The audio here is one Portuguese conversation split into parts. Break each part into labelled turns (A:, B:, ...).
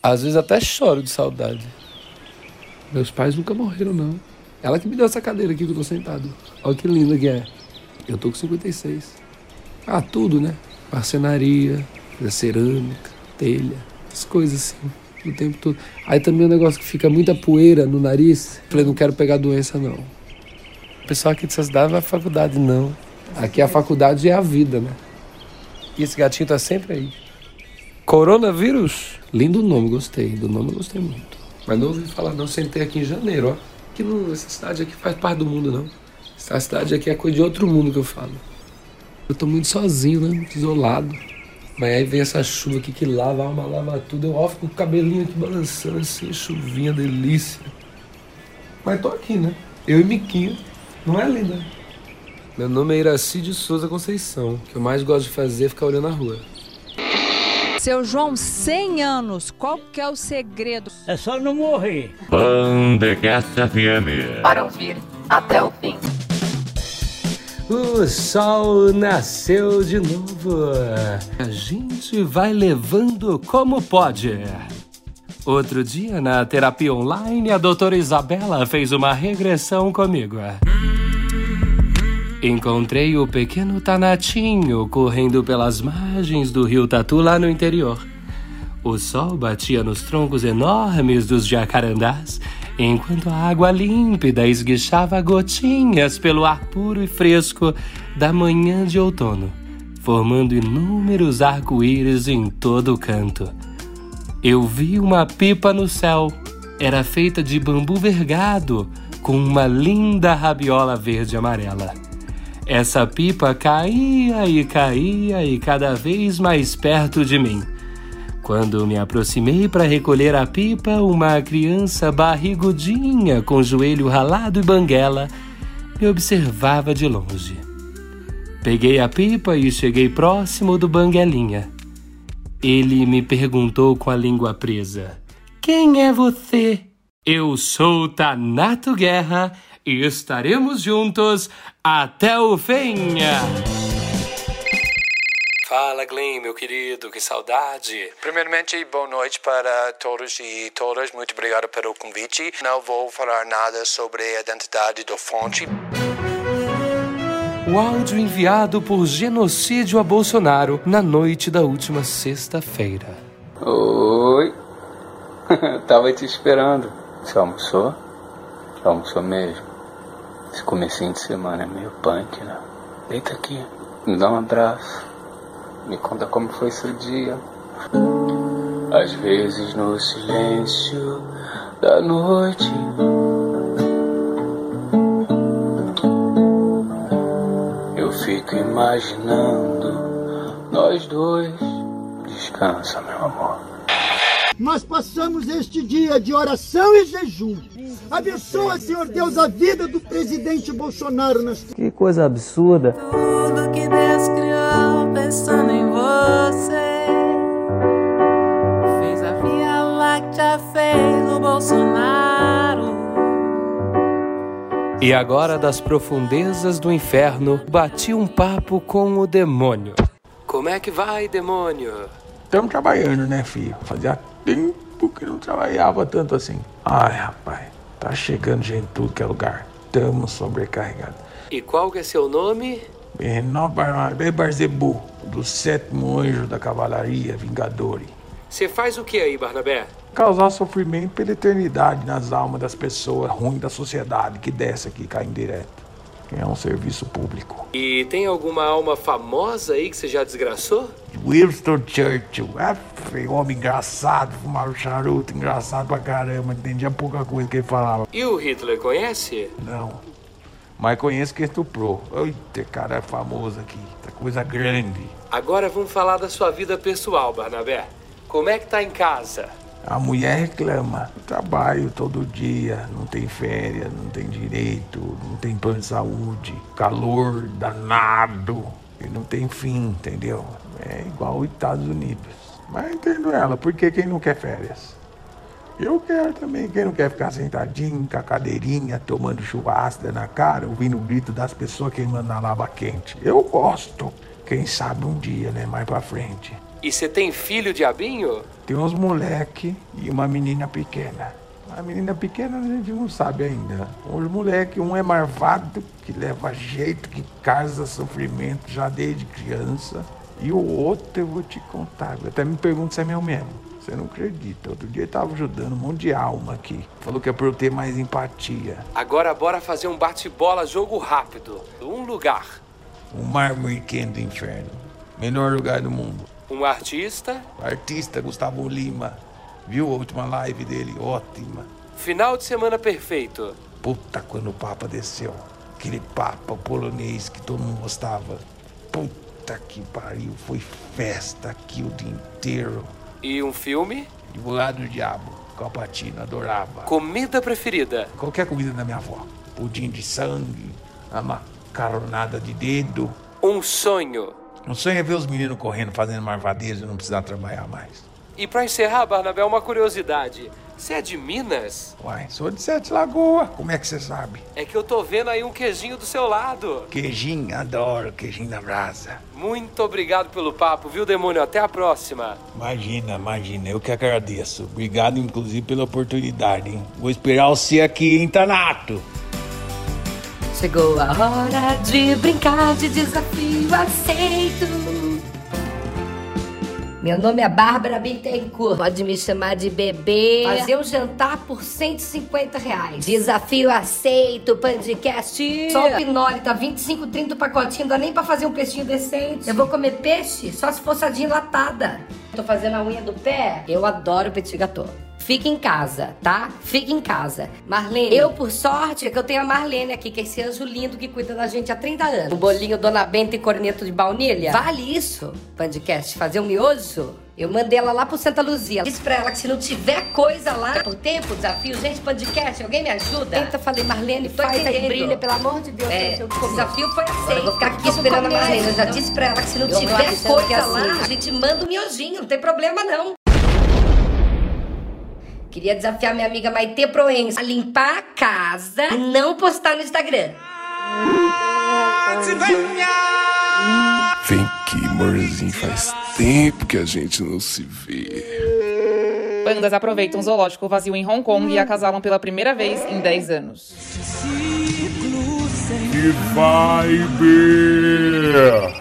A: Às vezes até choro de saudade. Meus pais nunca morreram, não. Ela que me deu essa cadeira aqui que eu tô sentado. Olha que linda que é. Eu tô com 56. Ah, tudo, né? Marcenaria, cerâmica, telha, as coisas assim, o tempo todo. Aí também um negócio que fica muita poeira no nariz. Falei, não quero pegar doença, não. O pessoal aqui dessa cidade vai à faculdade, não. Aqui a faculdade é a vida, né? E esse gatinho tá sempre aí. Coronavírus? Lindo nome, gostei. Do nome eu gostei muito. Mas não ouvi falar, não. Sentei aqui em janeiro, ó. Que não, essa cidade aqui faz parte do mundo, não. Essa cidade aqui é coisa de outro mundo que eu falo. Eu tô muito sozinho, né? Muito isolado. Mas aí vem essa chuva aqui que lava, a alma lava tudo. Eu fico com o cabelinho aqui balançando assim, chuvinha, delícia. Mas tô aqui, né? Eu e Miquinho. Não é, linda? Meu nome é Iraci de Souza Conceição. O que eu mais gosto de fazer é ficar olhando a rua.
B: Seu João, 100 anos, qual que é o segredo?
C: É só não morrer.
D: Pandecast FM.
E: Para ouvir até o fim.
A: O sol nasceu de novo. A gente vai levando como pode. Outro dia, na terapia online, a doutora Isabela fez uma regressão comigo. Encontrei o pequeno Tanatinho correndo pelas margens do rio Tatu lá no interior. O sol batia nos troncos enormes dos jacarandás, enquanto a água límpida esguichava gotinhas pelo ar puro e fresco da manhã de outono, formando inúmeros arco-íris em todo o canto. Eu vi uma pipa no céu. Era feita de bambu vergado, com uma linda rabiola verde e amarela. Essa pipa caía e cada vez mais perto de mim. Quando me aproximei para recolher a pipa, uma criança barrigudinha, com joelho ralado e banguela, me observava de longe. Peguei a pipa e cheguei próximo do banguelinha. Ele me perguntou com a língua presa: "Quem é você?" "Eu sou Thanato Guerra e estaremos juntos até o fim." Fala, Glenn, meu querido, que saudade.
F: Primeiramente, boa noite para todos e todas. Muito obrigado pelo convite. Não vou falar nada sobre a identidade do fonte.
A: O áudio enviado por genocídio a Bolsonaro na noite da última sexta-feira.
G: Oi. Tava te esperando. Você almoçou? Almoçou mesmo? Esse comecinho de semana é meio punk, né? Deita aqui, me dá um abraço. Me conta como foi seu dia. Às vezes no silêncio da noite eu fico imaginando nós dois. Descansa, meu amor.
H: Nós passamos este dia de oração e jejum. Abençoa, Senhor Deus, a vida do presidente Bolsonaro.
I: Que coisa absurda.
J: Tudo que Deus criou pensando em você. Fez a Via Láctea, fez o Bolsonaro.
A: E agora, das profundezas do inferno, bati um papo com o demônio. Como é que vai, demônio?
K: Estamos trabalhando, né, filho? Fazia tempo que não trabalhava tanto assim. Ai, rapaz, tá chegando gente em tudo que é lugar. Estamos sobrecarregados.
A: E qual que é seu nome?
K: Barnabé Barzebu, do 7º anjo da cavalaria, Vingadores.
A: Você faz o que aí, Barnabé?
K: Causar sofrimento pela eternidade nas almas das pessoas ruins da sociedade que desce aqui, cai direto. É um serviço público.
A: E tem alguma alma famosa aí que você já desgraçou?
K: Winston Churchill. Homem engraçado, fumava charuto, engraçado pra caramba, entendia pouca coisa que ele falava.
A: E o Hitler, conhece?
K: Não, mas conheço que estuprou. Eita, cara, é famoso aqui, tá coisa grande.
A: Agora vamos falar da sua vida pessoal, Barnabé. Como é que tá em casa?
K: A mulher reclama. Trabalho todo dia, não tem férias, não tem direito, não tem plano de saúde, calor danado e não tem fim, entendeu? É igual os Estados Unidos. Mas entendo ela, porque quem não quer férias? Eu quero também, quem não quer ficar sentadinho com a cadeirinha, tomando churrasco na cara, ouvindo o grito das pessoas queimando na lava quente. Eu gosto. Quem sabe um dia, né, mais pra frente.
A: E você tem filho, diabinho?
K: Tem uns moleque e uma menina pequena. A menina pequena a gente não sabe ainda. Os moleque, um é marvado, que leva jeito, que causa sofrimento já desde criança. E o outro eu vou te contar. Eu até me pergunto se é meu mesmo. Você não acredita. Outro dia ele tava ajudando um monte de alma aqui. Falou que é pra eu ter mais empatia.
A: Agora bora fazer um bate-bola, jogo rápido. Um lugar.
K: O mármore quente do inferno. Melhor lugar do mundo.
A: Um artista.
K: Artista Gustavo Lima. Viu a última live dele? Ótima.
A: Final de semana perfeito.
K: Puta, quando o Papa desceu. Aquele Papa polonês que todo mundo gostava. Puta que pariu. Foi festa aqui o dia inteiro.
A: E um filme?
K: Advogado do Diabo. Palpatine, adorava.
A: Comida preferida?
K: Qualquer comida da minha avó. Pudim de sangue, a macaronada de dedo.
A: Um sonho?
K: Um sonho é ver os meninos correndo, fazendo marvadeza e não precisar trabalhar mais.
A: E pra encerrar, Barnabé, uma curiosidade. Você é de Minas?
K: Uai, sou de Sete Lagoas. Como é que você sabe?
A: É que eu tô vendo aí um queijinho do seu lado.
K: Queijinho, adoro queijinho da brasa.
A: Muito obrigado pelo papo, viu, demônio? Até a próxima.
K: Imagina, eu que agradeço. Obrigado, inclusive, pela oportunidade, hein? Vou esperar você aqui, hein, Tanato?
J: Chegou a hora de brincar de desafio aceito. Meu nome é Bárbara Bittencourt. Pode me chamar de bebê. Fazer um jantar por R$150. Desafio aceito, podcast. Só o Pinole tá 25, 30 o pacotinho. Não dá nem pra fazer um peixinho decente. Eu vou comer peixe só se for sardinha enlatada. Tô fazendo a unha do pé. Eu adoro petit gâteau. Fica em casa, tá? Fica em casa. Marlene, eu, por sorte, é que eu tenho a Marlene aqui, que é esse anjo lindo que cuida da gente há 30 anos. O bolinho Dona Benta e corneto de baunilha. Vale isso, podcast, fazer um miojo? Eu mandei ela lá pro Santa Luzia. Disse pra ela que se não tiver coisa lá, por tempo, desafio, gente, podcast, alguém me ajuda? Eita, falei, Marlene, faz aí, brilha, pelo amor de Deus. O desafio foi aceito. Eu vou ficar aqui esperando a Marlene. Eu já disse pra ela que se não tiver coisa lá, a gente manda um miojinho, não tem problema não. Queria desafiar minha amiga Maite Proença a limpar a casa e não postar no Instagram.
C: Vem aqui, amorzinho, faz tempo que a gente não se vê.
L: Bandas aproveitam um zoológico vazio em Hong Kong e acasalam pela primeira vez em 10 anos.
C: Que vibe!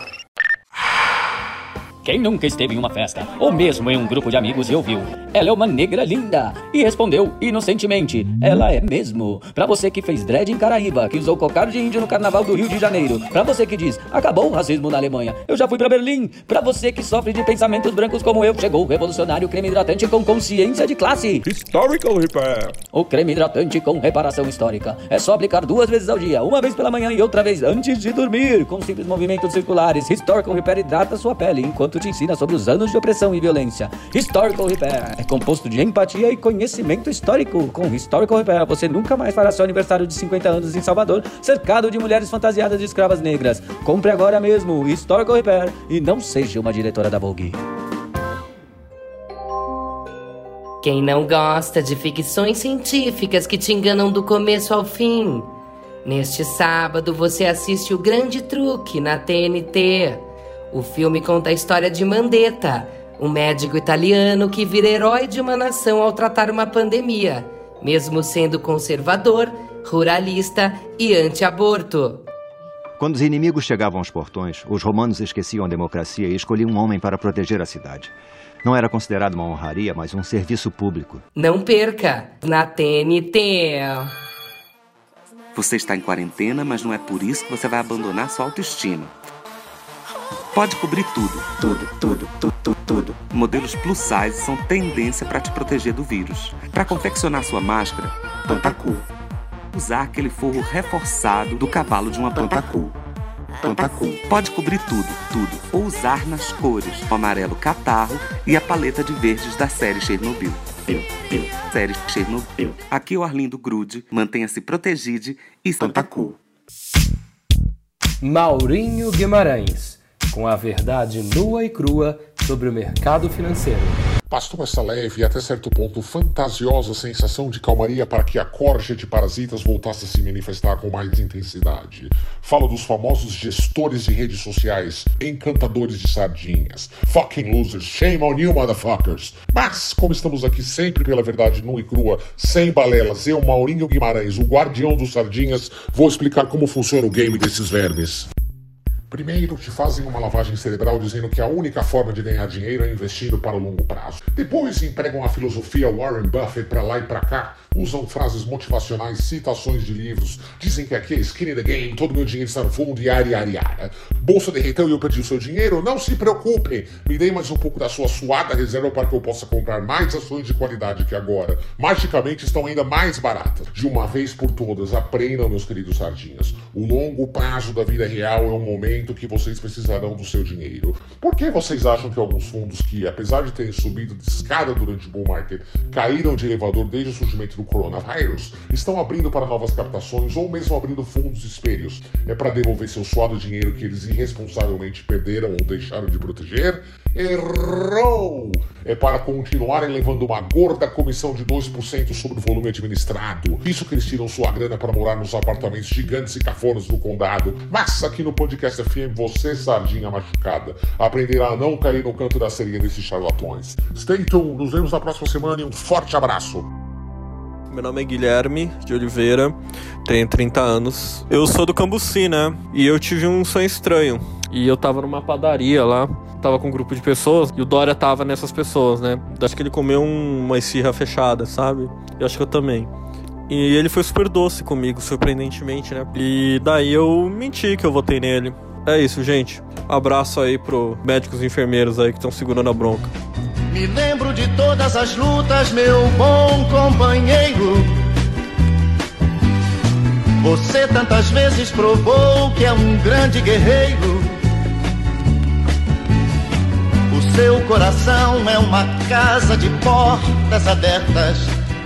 M: Quem nunca esteve em uma festa, ou mesmo em um grupo de amigos e ouviu: ela é uma negra linda, e respondeu inocentemente: ela é mesmo. Pra você que fez dread em Caraíba, que usou cocar de índio no carnaval do Rio de Janeiro. Pra você que diz: acabou o racismo na Alemanha, eu já fui pra Berlim. Pra você que sofre de pensamentos brancos como eu, chegou o revolucionário creme hidratante com consciência de classe.
C: Historical Repair.
M: O creme hidratante com reparação histórica. É só aplicar 2 vezes ao dia, uma vez pela manhã e outra vez antes de dormir, com simples movimentos circulares. Historical Repair hidrata sua pele enquanto te ensina sobre os anos de opressão e violência. Historical Repair é composto de empatia e conhecimento histórico. Com Historical Repair, você nunca mais fará seu aniversário de 50 anos em Salvador, cercado de mulheres fantasiadas de escravas negras. Compre agora mesmo Historical Repair e não seja uma diretora da Vogue.
J: Quem não gosta de ficções científicas que te enganam do começo ao fim? Neste sábado você assiste O Grande Truque na TNT. O filme conta a história de Mandetta, um médico italiano que vira herói de uma nação ao tratar uma pandemia, mesmo sendo conservador, ruralista e anti-aborto.
N: Quando os inimigos chegavam aos portões, os romanos esqueciam a democracia e escolhiam um homem para proteger a cidade. Não era considerado uma honraria, mas um serviço público.
J: Não perca, na TNT.
O: Você está em quarentena, mas não é por isso que você vai abandonar sua autoestima. Pode cobrir tudo. Modelos plus size são tendência para te proteger do vírus. Para confeccionar sua máscara, Pantacool. Usar aquele forro reforçado do cavalo de uma Pantacool. Pode cobrir tudo. Ou usar nas cores, o amarelo catarro e a paleta de verdes da série Chernobyl. Série Chernobyl. Aqui é o Arlindo Grude. Mantenha-se protegido e Pantacool.
A: Maurinho Guimarães, com a verdade nua e crua sobre o mercado financeiro.
P: bastou essa leve e até certo ponto fantasiosa sensação de calmaria para que a corja de parasitas voltasse a se manifestar com mais intensidade. Falo dos famosos gestores de redes sociais, encantadores de sardinhas, fucking losers, shame on you motherfuckers. Mas, como estamos aqui sempre pela verdade nua e crua, sem balelas, eu, Maurinho Guimarães, o guardião dos sardinhas, vou explicar como funciona o game desses vermes. Primeiro, te fazem uma lavagem cerebral dizendo que a única forma de ganhar dinheiro é investindo para o longo prazo. Depois, empregam a filosofia Warren Buffett para lá e para cá, usam frases motivacionais, citações de livros, dizem que aqui é skin in the game, todo meu dinheiro está no fundo, yara. Bolsa derreteu e eu perdi o seu dinheiro? Não se preocupem, me dê mais um pouco da sua suada reserva para que eu possa comprar mais ações de qualidade que agora, magicamente, estão ainda mais baratas. De uma vez por todas, aprendam, meus queridos sardinhas, o longo prazo da vida real é um momento que vocês precisarão do seu dinheiro. Por que vocês acham que alguns fundos que, apesar de terem subido de escada durante o bull market, caíram de elevador desde o surgimento do coronavírus, estão abrindo para novas captações ou mesmo abrindo fundos espelhos? É para devolver seu suado dinheiro que eles irresponsavelmente perderam ou deixaram de proteger? Errou! É para continuarem levando uma gorda comissão de 2% sobre o volume administrado. Isso que eles tiram sua grana para morar nos apartamentos gigantes e cafonas do condado. Mas aqui no Podcast FM, você, sardinha machucada, aprenderá a não cair no canto da sereia desses charlatões. Stay tuned, nos vemos na próxima semana e um forte abraço!
Q: Meu nome é Guilherme de Oliveira, tenho 30 anos. Eu sou do Cambuci, né? E eu tive um sonho estranho. E eu tava numa padaria lá, tava com um grupo de pessoas, e o Dória tava nessas pessoas, né? Acho que ele comeu uma esfirra fechada, sabe? Eu acho que eu também. E ele foi super doce comigo, surpreendentemente, né? E daí eu menti que eu votei nele. É isso, gente. Abraço aí pro médicos e enfermeiros aí que estão segurando a bronca.
R: Me lembro de todas as lutas, meu bom companheiro. Você tantas vezes provou que é um grande guerreiro. O seu coração é uma casa de portas abertas.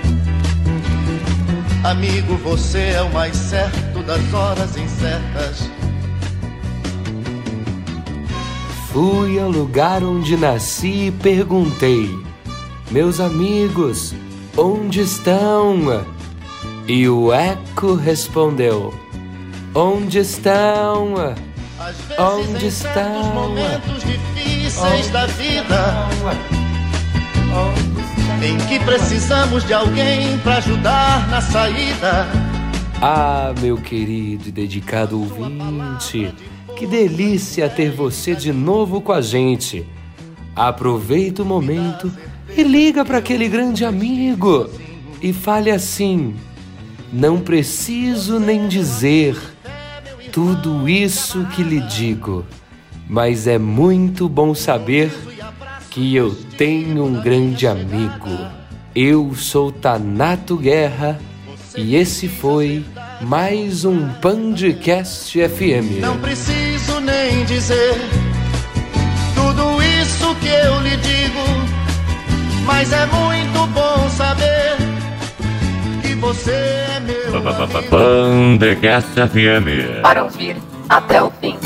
R: Amigo, você é o mais certo das horas incertas.
A: Fui ao lugar onde nasci e perguntei: meus amigos, onde estão? E o eco respondeu: onde estão? Onde estão?
R: Nos momentos difíceis da vida, em que precisamos de alguém para ajudar na saída.
A: Ah, meu querido e dedicado ouvinte, que delícia ter você de novo com a gente. Aproveita o momento e liga para aquele grande amigo e fale assim: não preciso nem dizer tudo isso que lhe digo, mas é muito bom saber que eu tenho um grande amigo. Eu sou Thanato Guerra e esse foi mais um Pandcast FM.
R: Não preciso nem dizer tudo isso que eu lhe digo, mas é muito bom saber que você é meu amigo.
D: Pandcast FM.
E: Para ouvir até o fim.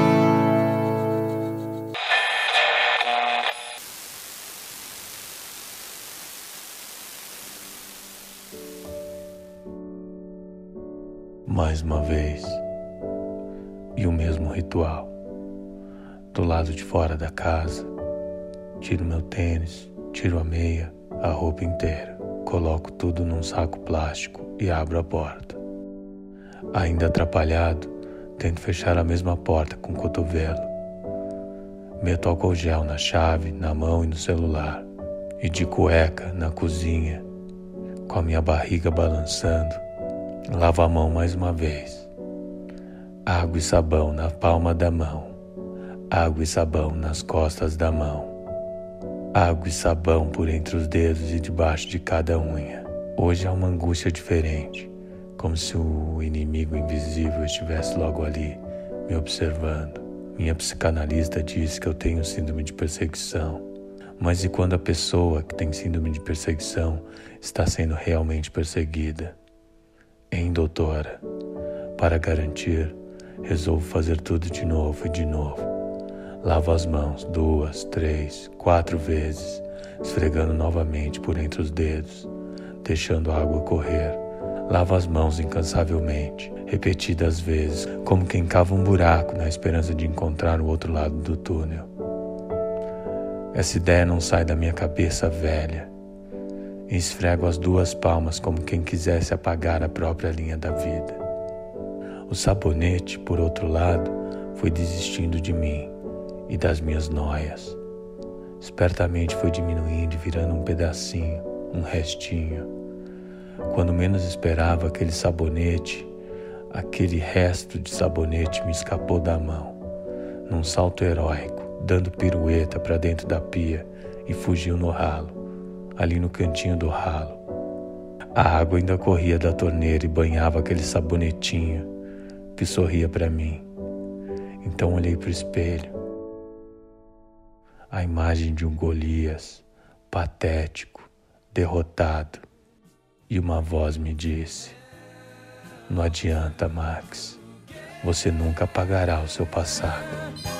K: Mais uma vez, e o mesmo ritual. Do lado de fora da casa, tiro meu tênis, tiro a meia, a roupa inteira, coloco tudo num saco plástico e abro a porta. Ainda atrapalhado, tento fechar a mesma porta com o cotovelo. Meto álcool gel na chave, na mão e no celular, e de cueca na cozinha, com a minha barriga balançando, lavo a mão mais uma vez. Água e sabão na palma da mão. Água e sabão nas costas da mão. Água e sabão por entre os dedos e debaixo de cada unha. Hoje há uma angústia diferente, como se o inimigo invisível estivesse logo ali, me observando. Minha psicanalista diz que eu tenho síndrome de perseguição. Mas e quando a pessoa que tem síndrome de perseguição está sendo realmente perseguida? Hein, doutora? Para garantir, resolvo fazer tudo de novo e de novo. Lavo as mãos 2, 3, 4 vezes,
S: esfregando novamente por entre os dedos, deixando a água correr. Lavo as mãos incansavelmente, repetidas vezes, como quem cava um buraco na esperança de encontrar o outro lado do túnel. Essa ideia não sai da minha cabeça velha. Esfrego as duas palmas como quem quisesse apagar a própria linha da vida. O sabonete, por outro lado, foi desistindo de mim e das minhas noias. Espertamente foi diminuindo e virando um pedacinho, um restinho. Quando menos esperava, aquele resto de sabonete me escapou da mão, num salto heróico, dando pirueta para dentro da pia e fugiu no ralo, ali no cantinho do ralo. A água ainda corria da torneira e banhava aquele sabonetinho que sorria para mim. Então olhei para o espelho. A imagem de um Golias, patético, derrotado. E uma voz me disse: não adianta, Max. Você nunca apagará o seu passado.